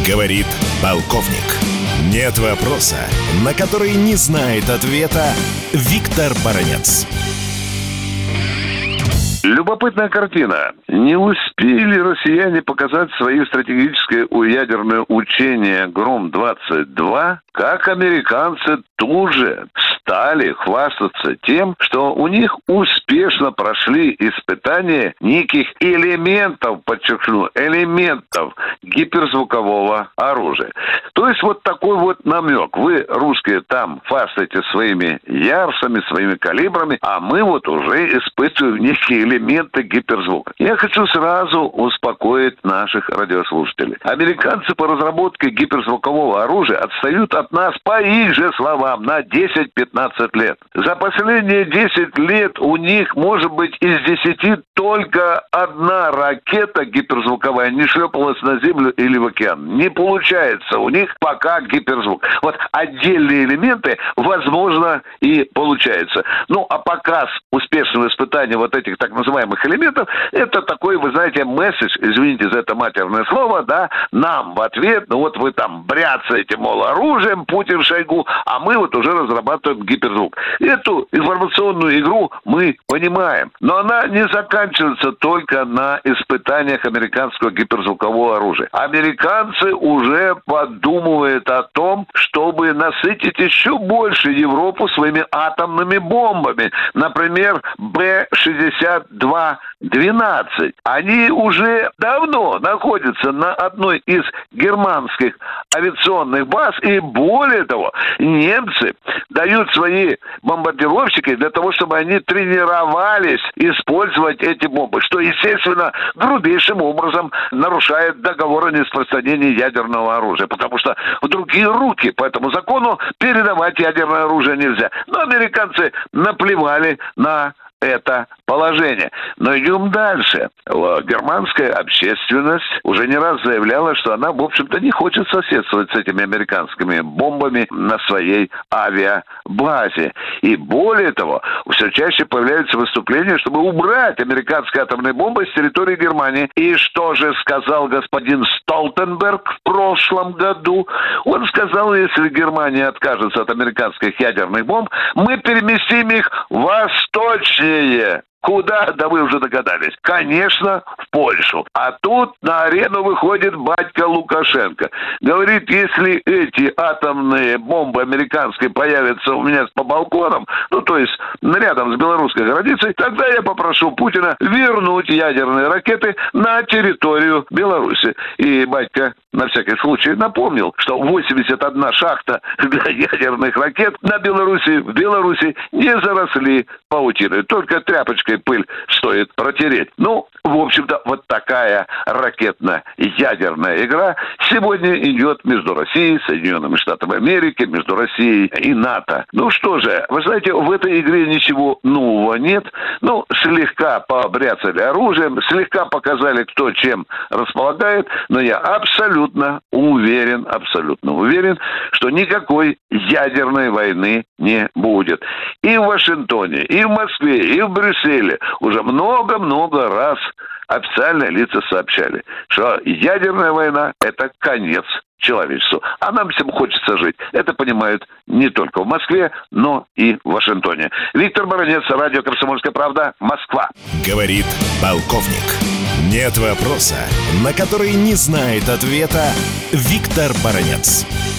Говорит полковник. Нет вопроса, на который не знает ответа Виктор Баранец. Любопытная картина. Не успели россияне показать свои стратегическое ядерное учение «Гром-22», как американцы тут же стали хвастаться тем, что у них успешно прошли испытания неких элементов, подчеркну, элементов гиперзвукового оружия. То есть вот такой вот намек. Вы, русские, там хвастаете своими ярсами, своими калибрами, а мы вот уже испытываем некие элементы гиперзвука. Я хочу сразу успокоить наших радиослушателей. Американцы по разработке гиперзвукового оружия отстают от нас, по их же словам, на 10-15 лет. За последние 10 лет у них, может быть, из 10 только одна ракета гиперзвуковая не шлепалась на землю или в океан. Не получается у них пока гиперзвук. Вот отдельные элементы, возможно, и получается. Ну, а показ успешного испытания вот этих так называемых элементов, это такой, вы знаете, месседж, извините за это матерное слово, да, нам в ответ, ну вот вы там бряцаете, мол, оружием, Путин, Шойгу, а мы вот уже разрабатываем гиперзвук. Эту информационную игру мы понимаем, но она не заканчивается только на испытаниях американского гиперзвукового оружия. Американцы уже подумывают о том, чтобы насытить еще больше Европу своими атомными бомбами. Например, Б-62-12. Они уже давно находятся на одной из германских авиационных баз, и более того, немцы дают свои бомбардировщики для того, чтобы они тренировались использовать эти бомбы, что, естественно, грубейшим образом нарушает договор о нераспространении ядерного оружия, потому что в другие руки по этому закону передавать ядерное оружие нельзя. Но американцы наплевали на это положение. Но идем дальше. Германская общественность уже не раз заявляла, что она, в общем-то, не хочет соседствовать с этими американскими бомбами на своей авиабазе. И более того, все чаще появляются выступления, чтобы убрать американские атомные бомбы с территории Германии. И что же сказал господин Столтенберг в прошлом году? Он сказал, если Германия откажется от американских ядерных бомб, мы переместим их восточнее. Куда? Да вы уже догадались. Конечно, в Польшу. А тут на арену выходит батька Лукашенко. Говорит, если эти атомные бомбы американские появятся у меня по балконам, ну, то есть рядом с белорусской границей, тогда я попрошу Путина вернуть ядерные ракеты на территорию Беларуси. И батька на всякий случай напомнил, что 81 шахта для ядерных ракет в Беларуси не заросли паутиной. Только тряпочкой пыль стоит протереть. Ну, в общем-то, вот такая ракетно-ядерная игра сегодня идет между Россией, Соединенными Штатами Америки, между Россией и НАТО. Ну что же, вы знаете, в этой игре ничего нового нет. Ну, слегка побряцали оружием, слегка показали, кто чем располагает, но я абсолютно уверен, что никакой ядерной войны не будет. И в Вашингтоне, и в Москве, и в Брюсселе уже много-много раз официальные лица сообщали, что ядерная война – это конец человечеству. А нам всем хочется жить. Это понимают не только в Москве, но и в Вашингтоне. Виктор Баранец, радио «Комсомольская правда», Москва. Говорит полковник. Нет вопроса, на который не знает ответа Виктор Баранец.